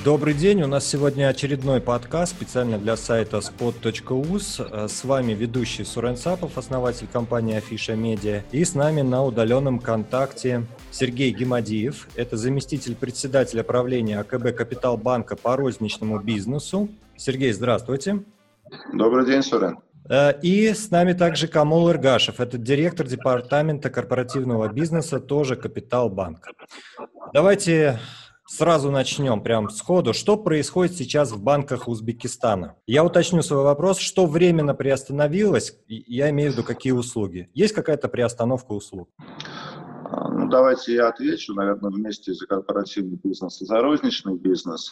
Добрый день, у нас сегодня очередной подкаст специально для сайта spot.uz. С вами ведущий Сурен Сапов, основатель компании Афиша Медиа. И с нами на удаленном контакте Сергей Гимадиев. Это заместитель председателя правления АКБ Капитал Банка по розничному бизнесу. Сергей, здравствуйте. Добрый день, Сурен. И с нами также Камол Иргашев. Это директор департамента корпоративного бизнеса, тоже Капитал Банк. Давайте сразу начнем прям сходу. Что происходит сейчас в банках Узбекистана? Я уточню свой вопрос. Что временно приостановилось? Я имею в виду, какие услуги? Есть какая-то приостановка услуг? Давайте я отвечу, наверное, вместе за корпоративный бизнес и за розничный бизнес.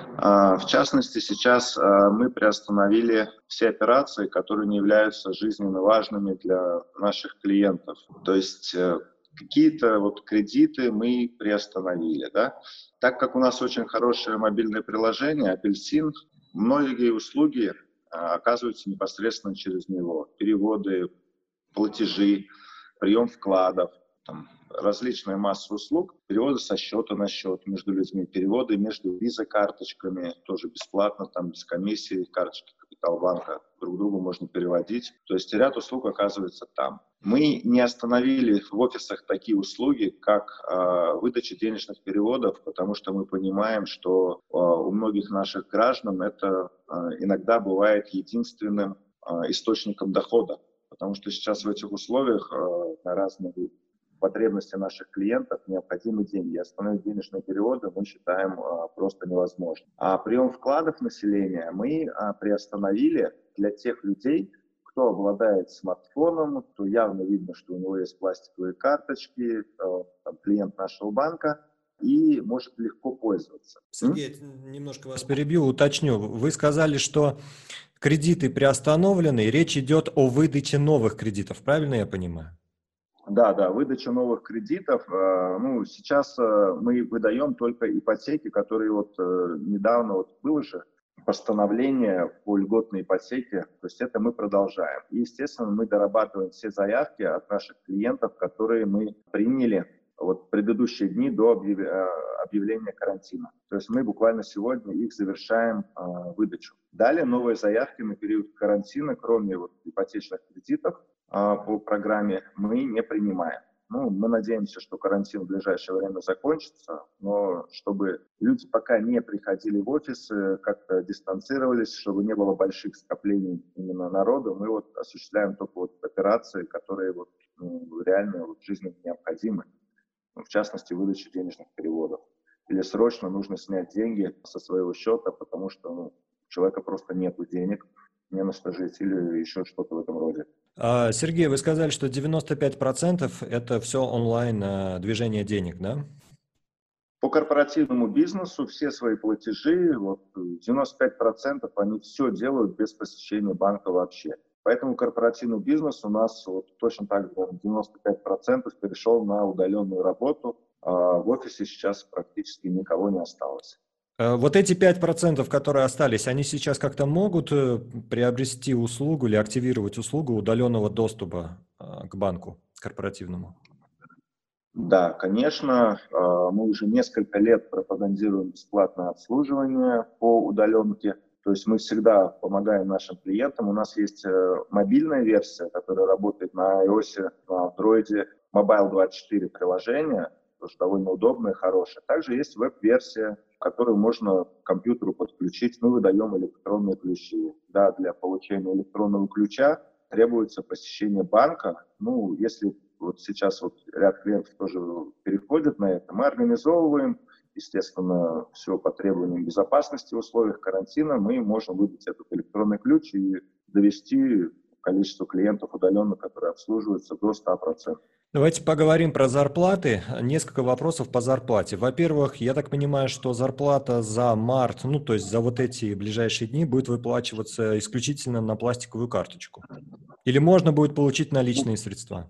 В частности, сейчас мы приостановили все операции, которые не являются жизненно важными для наших клиентов. То есть какие-то кредиты мы приостановили. Да? Так как у нас очень хорошее мобильное приложение «Апельсин», многие услуги оказываются непосредственно через него. Переводы, платежи, прием вкладов, различная масса услуг, переводы со счета на счет между людьми, переводы между виза-карточками, тоже бесплатно, без комиссии, карточки Капиталбанка друг другу можно переводить. То есть ряд услуг оказывается там. Мы не остановили в офисах такие услуги, как выдача денежных переводов, потому что мы понимаем, что у многих наших граждан это иногда бывает единственным источником дохода, потому что сейчас в этих условиях на разные потребности наших клиентов необходимы деньги. Остановить денежные переводы мы считаем просто невозможно. А прием вкладов населения мы приостановили для тех людей, кто обладает смартфоном, то явно видно, что у него есть пластиковые карточки, клиент нашего банка, и может легко пользоваться. Сергей, немножко вас перебью, уточню. Вы сказали, что кредиты приостановлены, и речь идет о выдаче новых кредитов, правильно я понимаю? Да, выдача новых кредитов. Сейчас мы выдаем только ипотеки, которые недавно было же постановление по льготной ипотеке, то есть это мы продолжаем. И, естественно, мы дорабатываем все заявки от наших клиентов, которые мы приняли в предыдущие дни до объявления карантина. То есть мы буквально сегодня их завершаем выдачу. Далее новые заявки на период карантина, кроме ипотечных кредитов, по программе мы не принимаем. Мы надеемся, что карантин в ближайшее время закончится, но чтобы люди пока не приходили в офисы, как-то дистанцировались, чтобы не было больших скоплений именно народа, мы осуществляем только операции, которые реально жизненно необходимы. В частности, выдача денежных переводов. Или срочно нужно снять деньги со своего счета, потому что у человека просто нет денег, не на что жить или еще что-то в этом роде. Сергей, вы сказали, что 95% это все онлайн движение денег, да? По корпоративному бизнесу все свои платежи, 95% они все делают без посещения банка вообще. Поэтому корпоративный бизнес у нас точно так же 95% перешел на удаленную работу. В офисе сейчас практически никого не осталось. Эти 5%, которые остались, они сейчас как-то могут приобрести услугу или активировать услугу удаленного доступа к банку корпоративному? Да, конечно, мы уже несколько лет пропагандируем бесплатное обслуживание по удаленке. То есть мы всегда помогаем нашим клиентам. У нас есть мобильная версия, которая работает на iOS, на Android, Mobile 24 приложение, тоже довольно удобное и хорошее. Также есть веб-версия, которую можно к компьютеру подключить. Мы выдаем электронные ключи. Да, для получения электронного ключа требуется посещение банка. Если сейчас ряд клиентов тоже переходят на это, мы организовываем, естественно, все по требованиям безопасности в условиях карантина, мы можем выдать этот электронный ключ и довести количество клиентов удаленно, которые обслуживаются, до 100%. Давайте поговорим про зарплаты. Несколько вопросов по зарплате. Во-первых, я так понимаю, что зарплата за март, то есть за эти ближайшие дни, будет выплачиваться исключительно на пластиковую карточку. Или можно будет получить наличные средства?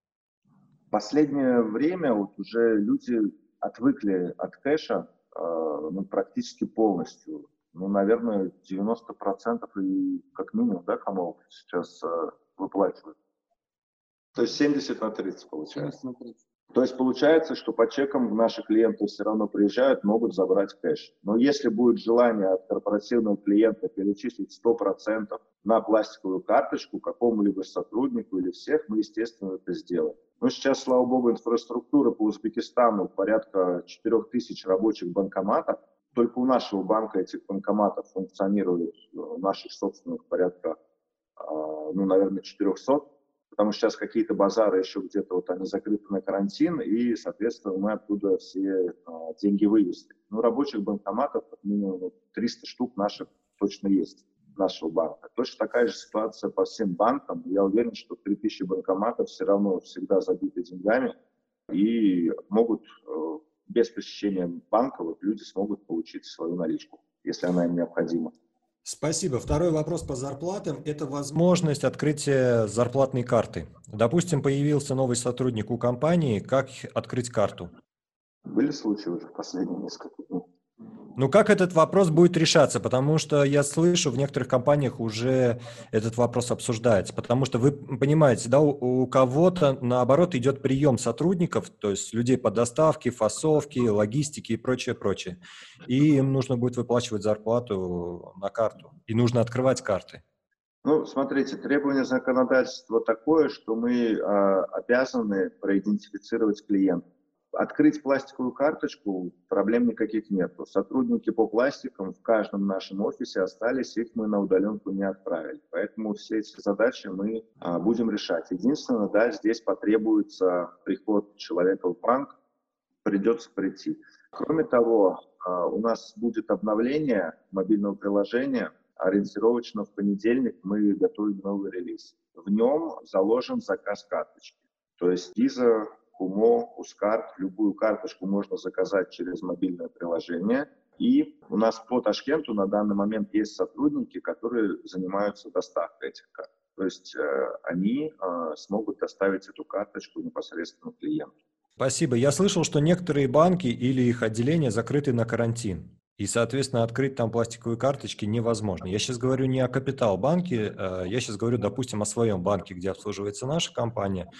В последнее время уже люди отвыкли от кэша практически полностью. Наверное, 90% и как минимум, да, Камол, сейчас выплачивают. То есть 70 на 30 получается. 70 на 30. То есть получается, что по чекам наши клиенты все равно приезжают, могут забрать кэш. Но если будет желание от корпоративного клиента перечислить 100% на пластиковую карточку какому-либо сотруднику или всех, мы, естественно, это сделаем. Но сейчас, слава богу, инфраструктура по Узбекистану порядка 4000 рабочих банкоматов. Только у нашего банка этих банкоматов функционирует наших собственных порядка, наверное, 400. Потому что сейчас какие-то базары еще где-то вот они закрыты на карантин, и, соответственно, мы оттуда все деньги вывезли. Ну, рабочих банкоматов, как минимум 300 штук наших точно есть, нашего банка. Точно такая же ситуация по всем банкам. Я уверен, что 3000 банкоматов все равно всегда забиты деньгами, и могут без посещения банка вот люди смогут получить свою наличку, если она им необходима. Спасибо. Второй вопрос по зарплатам – это возможность открытия зарплатной карты. Допустим, появился новый сотрудник у компании, как открыть карту? Были случаи уже в последние несколько дней. Ну, как этот вопрос будет решаться? Потому что я слышу, в некоторых компаниях уже этот вопрос обсуждается. Потому что вы понимаете, да, у кого-то, наоборот, идет прием сотрудников, то есть людей по доставке, фасовке, логистике и прочее, прочее. И им нужно будет выплачивать зарплату на карту. И нужно открывать карты. Ну, смотрите, требование законодательства такое, что мы обязаны проидентифицировать клиента. Открыть пластиковую карточку проблем никаких нет. Сотрудники по пластикам в каждом нашем офисе остались, их мы на удаленку не отправили. Поэтому все эти задачи мы будем решать. Единственное, да, здесь потребуется приход человека в банк, придется прийти. Кроме того, у нас будет обновление мобильного приложения. Ориентировочно в понедельник мы готовим новый релиз. В нем заложен заказ карточки. То есть Visa, Kumo, Ускарт, любую карточку можно заказать через мобильное приложение. И у нас по Ташкенту на данный момент есть сотрудники, которые занимаются доставкой этих карт. То есть они смогут доставить эту карточку непосредственно клиенту. Спасибо. Я слышал, что некоторые банки или их отделения закрыты на карантин. И, соответственно, открыть там пластиковые карточки невозможно. Я сейчас говорю не о Капитал-банке, я сейчас говорю, допустим, о своем банке, где обслуживается наша компания,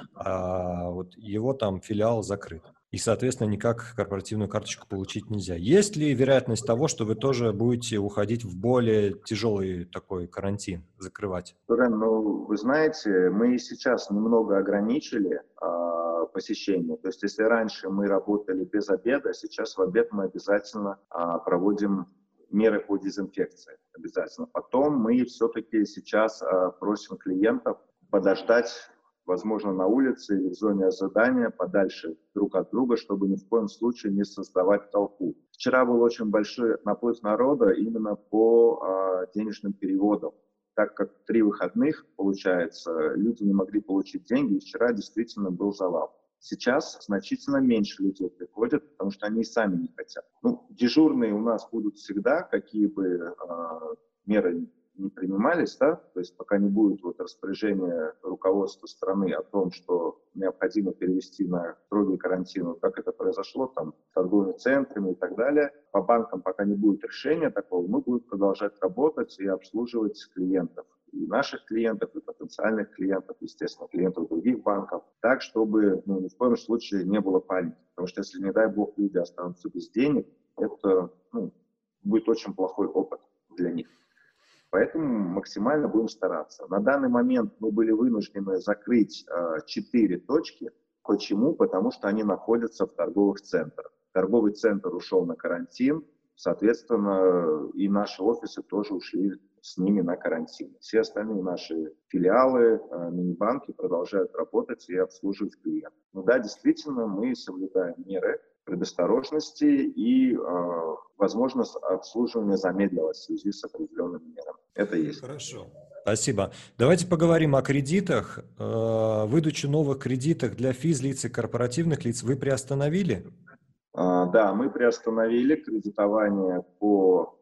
а вот его там филиал закрыт. И, соответственно, никак корпоративную карточку получить нельзя. Есть ли вероятность того, что вы тоже будете уходить в более тяжелый такой карантин, закрывать? Турен, ну, вы знаете, мы сейчас немного ограничили посещение. То есть, если раньше мы работали без обеда, сейчас в обед мы обязательно проводим меры по дезинфекции. Обязательно. Потом мы все-таки сейчас просим клиентов подождать, возможно, на улице или в зоне ожидания, подальше друг от друга, чтобы ни в коем случае не создавать толпу. Вчера был очень большой наплыв народа именно по денежным переводам. Так как 3 выходных, получается, люди не могли получить деньги, и вчера действительно был завал. Сейчас значительно меньше людей приходят, потому что они и сами не хотят. Ну, дежурные у нас будут всегда, какие бы меры не принимались, да, то есть пока не будет вот распоряжения руководства страны о том, что необходимо перевести на строгий карантин, как это произошло там торговыми центрами и так далее. По банкам пока не будет решения такого, мы будем продолжать работать и обслуживать клиентов. И наших клиентов, и потенциальных клиентов, естественно, клиентов других банков, так, чтобы ни в коем случае не было паники. Потому что если, не дай бог, люди останутся без денег, это будет очень плохой опыт для них. Поэтому максимально будем стараться. На данный момент мы были вынуждены закрыть 4 точки. Почему? Потому что они находятся в торговых центрах. Торговый центр ушел на карантин, соответственно, и наши офисы тоже ушли с ними на карантин. Все остальные наши филиалы, мини-банки продолжают работать и обслуживать клиентов. Ну да, действительно, мы соблюдаем меры предосторожности и, возможно, обслуживание замедлилось в связи с определенными мерами. Это есть. Хорошо. Спасибо. Давайте поговорим о кредитах. Выдачу новых кредитов для физлиц и корпоративных лиц вы приостановили? Да, мы приостановили кредитование по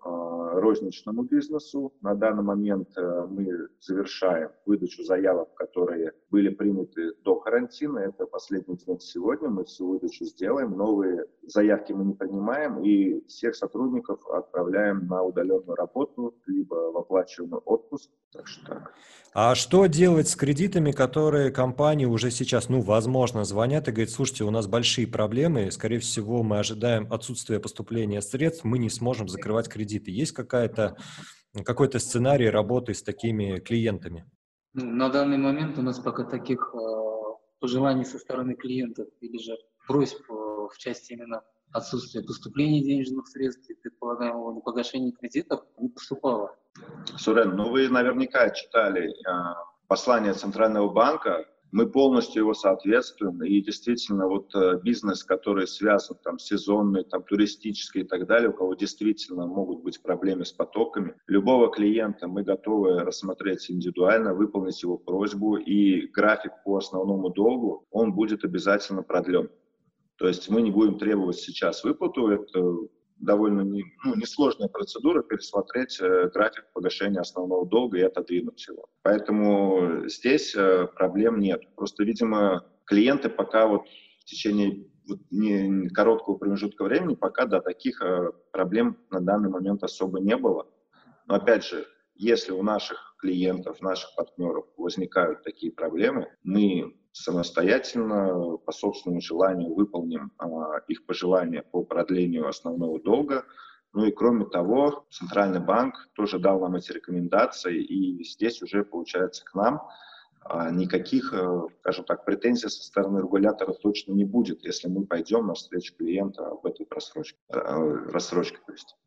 розничному бизнесу. На данный момент мы завершаем выдачу заявок, которые были приняты до карантина. Это последний день сегодня. Мы всю выдачу сделаем. Новые заявки мы не принимаем и всех сотрудников отправляем на удаленную работу, либо в оплачиваемый отпуск. Так что так. А что делать с кредитами, которые компании уже сейчас, возможно, звонят и говорят: слушайте, у нас большие проблемы, скорее всего, мы ожидаем отсутствия поступления средств, мы не сможем закрывать кредиты. Есть какой-то сценарий работы с такими клиентами? На данный момент у нас пока таких пожеланий со стороны клиентов или же просьб в части именно отсутствия поступления денежных средств и предполагаемого непогашения кредитов не поступало. Сурен, вы наверняка читали послание Центрального банка. Мы полностью его соответствуем. И действительно, бизнес, который связан сезонный, туристический и так далее, у кого действительно могут быть проблемы с потоками, любого клиента мы готовы рассмотреть индивидуально, выполнить его просьбу, и график по основному долгу, он будет обязательно продлен. То есть мы не будем требовать сейчас выплату, это довольно несложная процедура, пересмотреть график погашения основного долга и отодвинуть его. Поэтому здесь проблем нет. Просто, видимо, клиенты пока в течение короткого промежутка времени пока таких проблем на данный момент особо не было. Но опять же, если у наших клиентов, наших партнеров возникают такие проблемы, мы самостоятельно, по собственному желанию, выполним их пожелания по продлению основного долга. И кроме того, Центральный банк тоже дал нам эти рекомендации, и здесь уже, получается, к нам никаких, скажем так, претензий со стороны регулятора точно не будет, если мы пойдем навстречу клиента в этой рассрочке.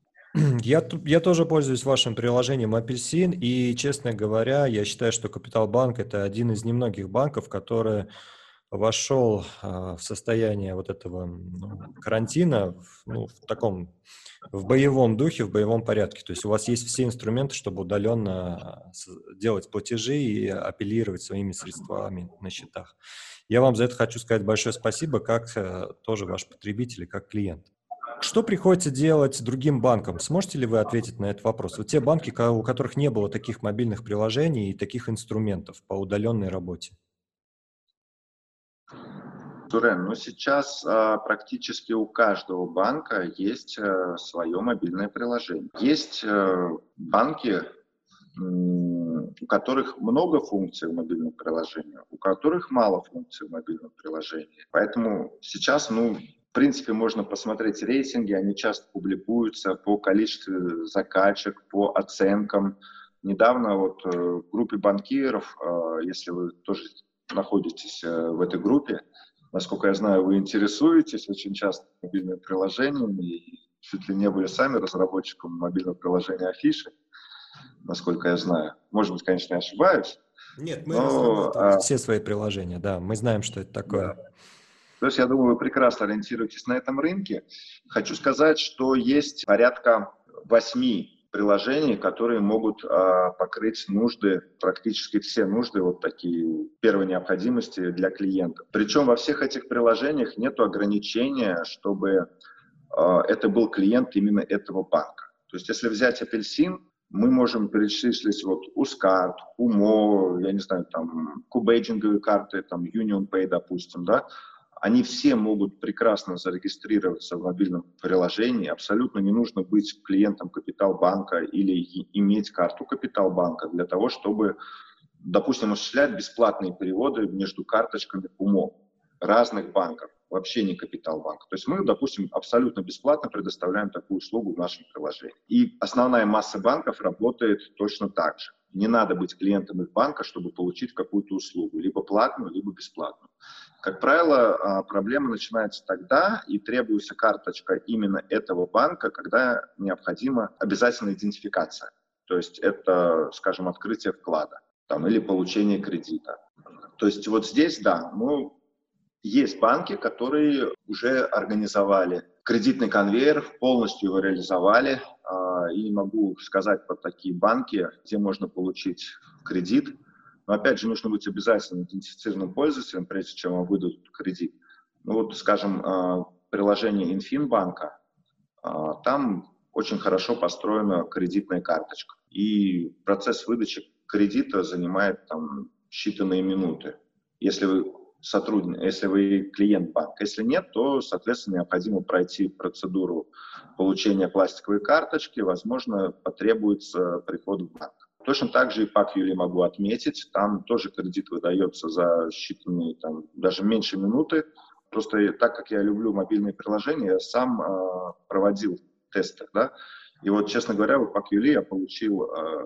Я тоже пользуюсь вашим приложением «Апельсин», и, честно говоря, я считаю, что Капитал-банк – это один из немногих банков, который вошел в состояние этого карантина в боевом духе, в боевом порядке. То есть у вас есть все инструменты, чтобы удаленно делать платежи и апеллировать своими средствами на счетах. Я вам за это хочу сказать большое спасибо, как тоже ваш потребитель и как клиент. Что приходится делать другим банкам? Сможете ли вы ответить на этот вопрос? Те банки, у которых не было таких мобильных приложений и таких инструментов по удаленной работе. Сурен, сейчас практически у каждого банка есть свое мобильное приложение. Есть банки, у которых много функций в мобильном приложении, у которых мало функций в мобильном приложении. Поэтому сейчас, в принципе, можно посмотреть рейтинги, они часто публикуются по количеству закачек, по оценкам. Недавно в группе банкиров, если вы тоже находитесь в этой группе, насколько я знаю, вы интересуетесь очень часто мобильными приложениями и чуть ли не были сами разработчиком мобильного приложения Афиши, насколько я знаю. Может быть, конечно, я ошибаюсь. Нет, мы разрабатываем все свои приложения, да, мы знаем, что это такое. Да. То есть, я думаю, вы прекрасно ориентируетесь на этом рынке. Хочу сказать, что есть порядка 8 приложений, которые могут покрыть нужды, практически все нужды, такие первой необходимости для клиентов. Причем во всех этих приложениях нет ограничения, чтобы это был клиент именно этого банка. То есть, если взять «Апельсин», мы можем перечислить Ускарт, Умо, я не знаю, кубейджинговые карты, Union Pay, допустим, да. Они все могут прекрасно зарегистрироваться в мобильном приложении. Абсолютно не нужно быть клиентом Капитал-банка или иметь карту Капитал-банка для того, чтобы, допустим, осуществлять бесплатные переводы между карточками УМО разных банков, вообще не Капитал-банка. То есть мы, допустим, абсолютно бесплатно предоставляем такую услугу в нашем приложении. И основная масса банков работает точно так же. Не надо быть клиентом их банка, чтобы получить какую-то услугу, либо платную, либо бесплатную. Как правило, проблема начинается тогда, и требуется карточка именно этого банка, когда необходима обязательная идентификация. То есть это, скажем, открытие вклада или получение кредита. То есть здесь, да, есть банки, которые уже организовали кредитный конвейер, полностью его реализовали. И могу сказать про такие банки, где можно получить кредит. Но опять же, нужно быть обязательно идентифицированным пользователем, прежде чем вам выдадут кредит. Скажем, приложение Инфинбанка, там очень хорошо построена кредитная карточка. И процесс выдачи кредита занимает там считанные минуты. Если вы если вы клиент банка. Если нет, то, соответственно, необходимо пройти процедуру получения пластиковой карточки, возможно, потребуется приход в банк. Точно так же и по QLE могу отметить, там тоже кредит выдается за считанные, там, даже меньше минуты. Просто так как я люблю мобильные приложения, я сам проводил тесты, да, и вот, честно говоря, вот по QLE я получил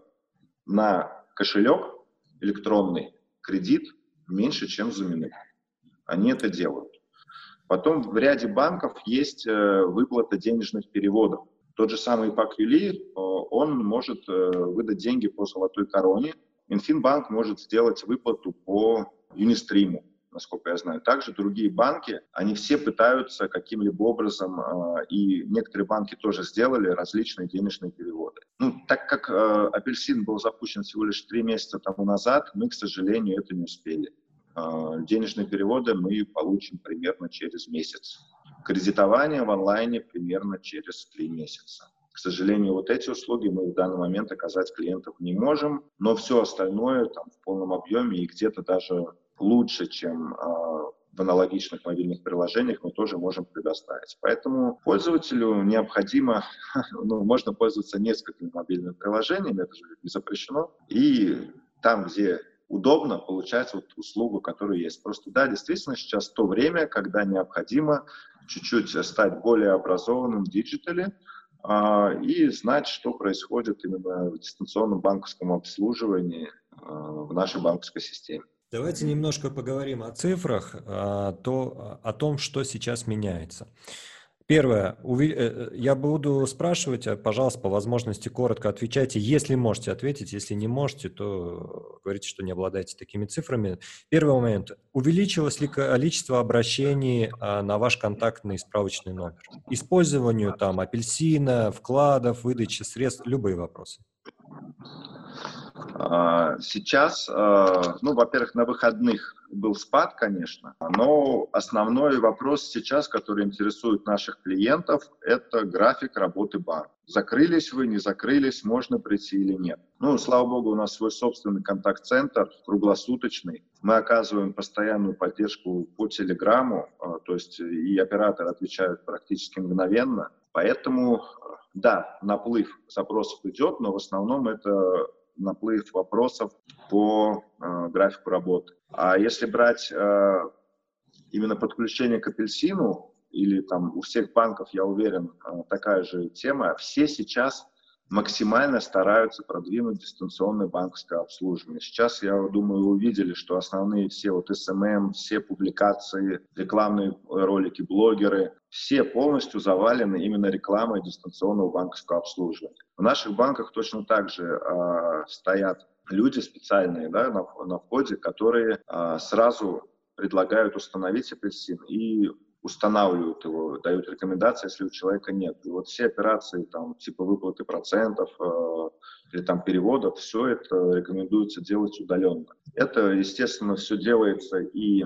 на кошелек электронный кредит меньше, чем за минуту. Они это делают. Потом в ряде банков есть выплата денежных переводов. Тот же самый по QLE, он может выдать деньги по золотой короне. Минфинбанк может сделать выплату по Юнистриму, насколько я знаю. Также другие банки, они все пытаются каким-либо образом, и некоторые банки тоже сделали различные денежные переводы. Ну, так как Апельсин был запущен всего лишь 3 месяца тому назад, мы, к сожалению, это не успели. Денежные переводы мы получим примерно через месяц. Кредитование в онлайне примерно через 3 месяца. К сожалению, вот эти услуги мы в данный момент оказать клиентам не можем, но все остальное там в полном объеме и где-то даже лучше, чем в аналогичных мобильных приложениях, мы тоже можем предоставить. Поэтому пользователю необходимо, можно пользоваться несколькими мобильными приложениями, это же не запрещено, и там, где удобно, получать вот услугу, которая есть. Просто да, действительно, сейчас то время, когда необходимо чуть-чуть стать более образованным в диджитале и знать, что происходит именно в дистанционном банковском обслуживании в нашей банковской системе. Давайте немножко поговорим о цифрах, о том, что сейчас меняется. Первое. Я буду спрашивать, пожалуйста, по возможности коротко отвечайте. Если можете ответить, если не можете, то говорите, что не обладаете такими цифрами. Первый момент. Увеличилось ли количество обращений на ваш контактный справочный номер? Использованию там апельсина, вкладов, выдачи средств, любые вопросы. Сейчас, во-первых, на выходных был спад, конечно, но основной вопрос сейчас, который интересует наших клиентов, это график работы банка. Закрылись вы, не закрылись, можно прийти или нет. Слава богу, у нас свой собственный контакт-центр, круглосуточный. Мы оказываем постоянную поддержку по телеграмму, то есть и операторы отвечают практически мгновенно. Поэтому, да, наплыв запросов идет, но в основном это наплыв вопросов по графику работы. А если брать именно подключение к апельсину, или там у всех банков, я уверен, такая же тема, все сейчас максимально стараются продвинуть дистанционное банковское обслуживание. Сейчас, я думаю, вы увидели, что основные все SMM, все публикации, рекламные ролики, блогеры, все полностью завалены именно рекламой дистанционного банковского обслуживания. В наших банках точно так же стоят люди специальные, да, на входе, которые сразу предлагают установить апельсин и устанавливают его, дают рекомендации, если у человека нет. И вот все операции, там, типа выплаты процентов или там переводов, все это рекомендуется делать удаленно. Это, естественно, все делается и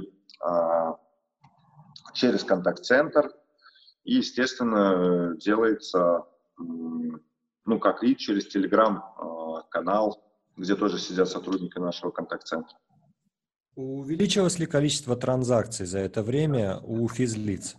через контакт-центр, и, естественно, делается, как и через телеграм-канал, где тоже сидят сотрудники нашего контакт-центра. Увеличилось ли количество транзакций за это время у физлиц?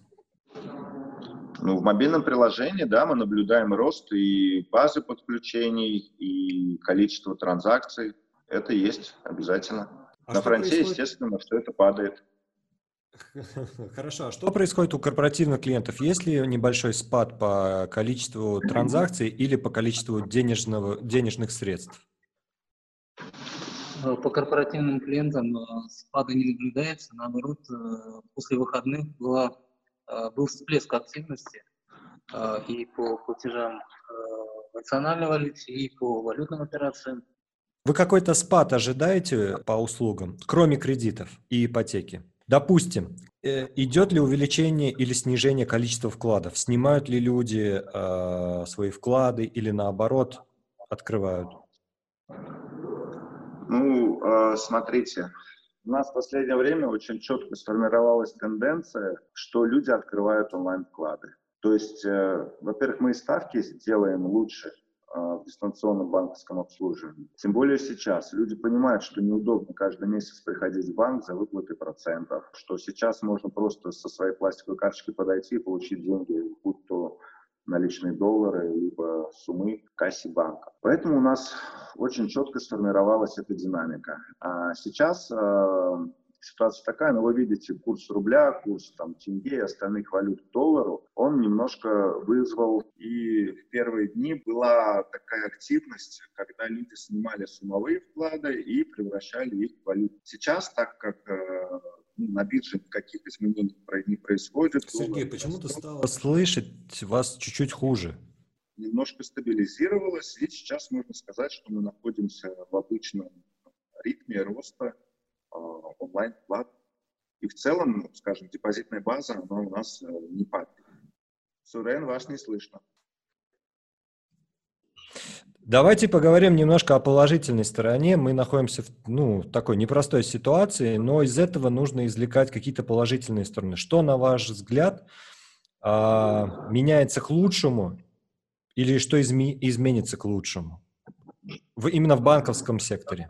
В мобильном приложении, да, мы наблюдаем рост и базы подключений, и количество транзакций. Это есть обязательно. На фронте, естественно, все это падает. Хорошо. А что происходит у корпоративных клиентов? Есть ли небольшой спад по количеству транзакций или по количеству денежных средств? По корпоративным клиентам спада не наблюдается. Наоборот, после выходных был всплеск активности и по платежам национальной валюте, и по валютным операциям. Вы какой-то спад ожидаете по услугам, кроме кредитов и ипотеки? Допустим, идет ли увеличение или снижение количества вкладов? Снимают ли люди свои вклады или наоборот открывают? Смотрите, у нас в последнее время очень четко сформировалась тенденция, что люди открывают онлайн-вклады. То есть, во-первых, мы и ставки делаем лучше в дистанционном банковском обслуживании. Тем более сейчас люди понимают, что неудобно каждый месяц приходить в банк за выплатой процентов, что сейчас можно просто со своей пластиковой карточки подойти и получить деньги, будь то наличные доллары, либо суммы в кассе банка. Поэтому у нас очень четко сформировалась эта динамика. А сейчас ситуация такая, но вы видите, курс рубля, курс тенге и остальных валют к доллару, он немножко вызвал, и в первые дни была такая активность, когда люди снимали суммовые вклады и превращали их в валюту. Сейчас, так как на бирже никаких изменений не происходит. Сергей, почему-то стало слышать вас чуть-чуть хуже. Немножко стабилизировалось, и сейчас можно сказать, что мы находимся в обычном ритме роста онлайн-вклад. И в целом, скажем, депозитная база, она у нас не падает. Сурен, вас не слышно. Давайте поговорим немножко о положительной стороне. Мы находимся в такой непростой ситуации, но из этого нужно извлекать какие-то положительные стороны. Что, на ваш взгляд, меняется к лучшему или что изменится к лучшему? Именно в банковском секторе.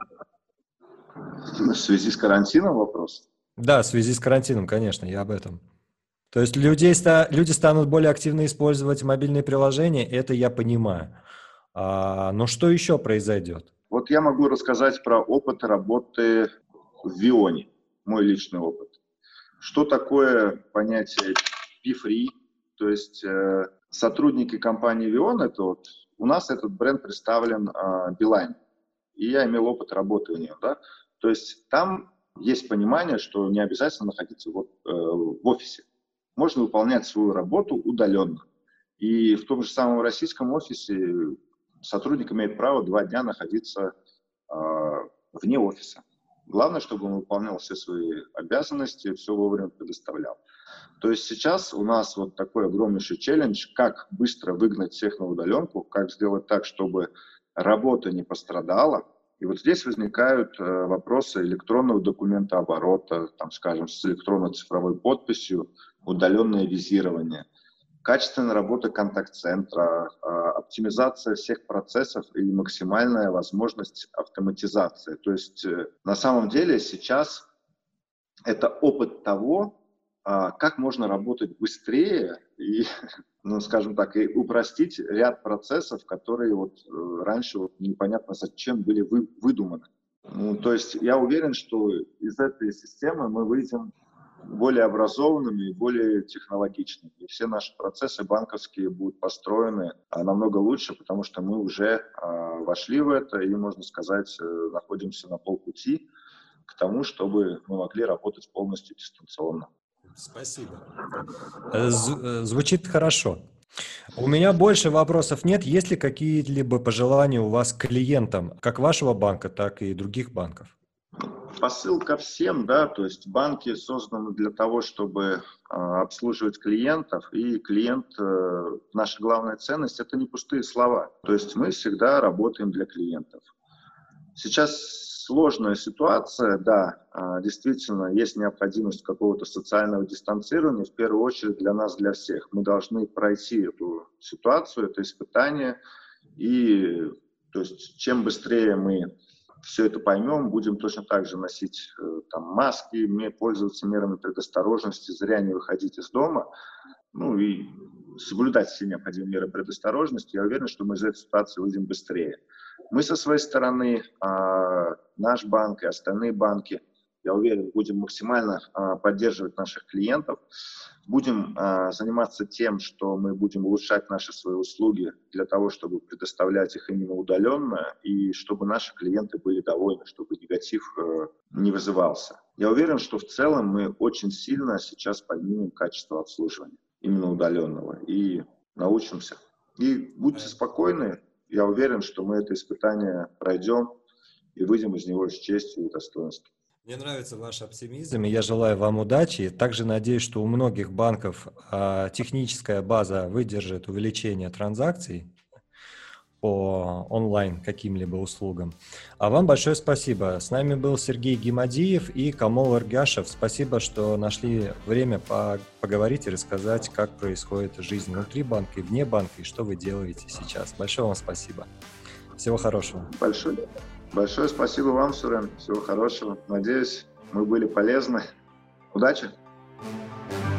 В связи с карантином вопрос? Да, в связи с карантином, конечно, я об этом. То есть люди станут более активно использовать мобильные приложения, это я понимаю. Но что еще произойдет? Вот я могу рассказать про опыт работы в Вионе, мой личный опыт. Что такое понятие P-Free? То есть сотрудники компании Vion, у нас этот бренд представлен Билайн, и я имел опыт работы в нем. Да? То есть там есть понимание, что не обязательно находиться в офисе. Можно выполнять свою работу удаленно. И в том же самом российском офисе сотрудник имеет право 2 дня находиться вне офиса. Главное, чтобы он выполнял все свои обязанности, все вовремя предоставлял. То есть сейчас у нас вот такой огромнейший челлендж, как быстро выгнать всех на удаленку, как сделать так, чтобы работа не пострадала. И вот здесь возникают вопросы электронного документооборота, скажем, с электронно-цифровой подписью, удаленное визирование, качественная работа контакт-центра, оптимизация всех процессов и максимальная возможность автоматизации. То есть на самом деле сейчас это опыт того, как можно работать быстрее и, скажем так, и упростить ряд процессов, которые раньше непонятно зачем были выдуманы. То есть я уверен, что из этой системы мы выйдем более образованными и более технологичными. И все наши процессы банковские будут построены намного лучше, потому что мы уже вошли в это и, можно сказать, находимся на полпути к тому, чтобы мы могли работать полностью дистанционно. Спасибо. Звучит хорошо. У меня больше вопросов нет. Есть ли какие-либо пожелания у вас к клиентам, как вашего банка, так и других банков? Посыл ко всем, да, то есть банки созданы для того, чтобы обслуживать клиентов, и клиент, наша главная ценность, это не пустые слова. То есть мы всегда работаем для клиентов. Сейчас сложная ситуация, да, действительно, есть необходимость какого-то социального дистанцирования, в первую очередь для нас, для всех. Мы должны пройти эту ситуацию, это испытание, и то есть чем быстрее мы все это поймем, будем точно так же носить маски, пользоваться мерами предосторожности, зря не выходить из дома, и соблюдать все необходимые меры предосторожности. Я уверен, что мы из этой ситуации выйдем быстрее. Мы со своей стороны, наш банк и остальные банки, я уверен, будем максимально поддерживать наших клиентов, будем заниматься тем, что мы будем улучшать наши свои услуги для того, чтобы предоставлять их именно удаленно, и чтобы наши клиенты были довольны, чтобы негатив не вызывался. Я уверен, что в целом мы очень сильно сейчас поднимем качество обслуживания, именно удаленного, и научимся. И будьте спокойны, я уверен, что мы это испытание пройдем и выйдем из него с честью и достоинством. Мне нравится ваш оптимизм, и я желаю вам удачи. Также надеюсь, что у многих банков техническая база выдержит увеличение транзакций. по онлайн каким-либо услугам. А вам большое спасибо. С нами был Сергей Гимадиев и Камол Эргашев. Спасибо, что нашли время поговорить и рассказать, как происходит жизнь внутри банка и вне банка, и что вы делаете сейчас. Большое вам спасибо. Всего хорошего. Большое спасибо вам, Сурен. Всего хорошего. Надеюсь, мы были полезны. Удачи!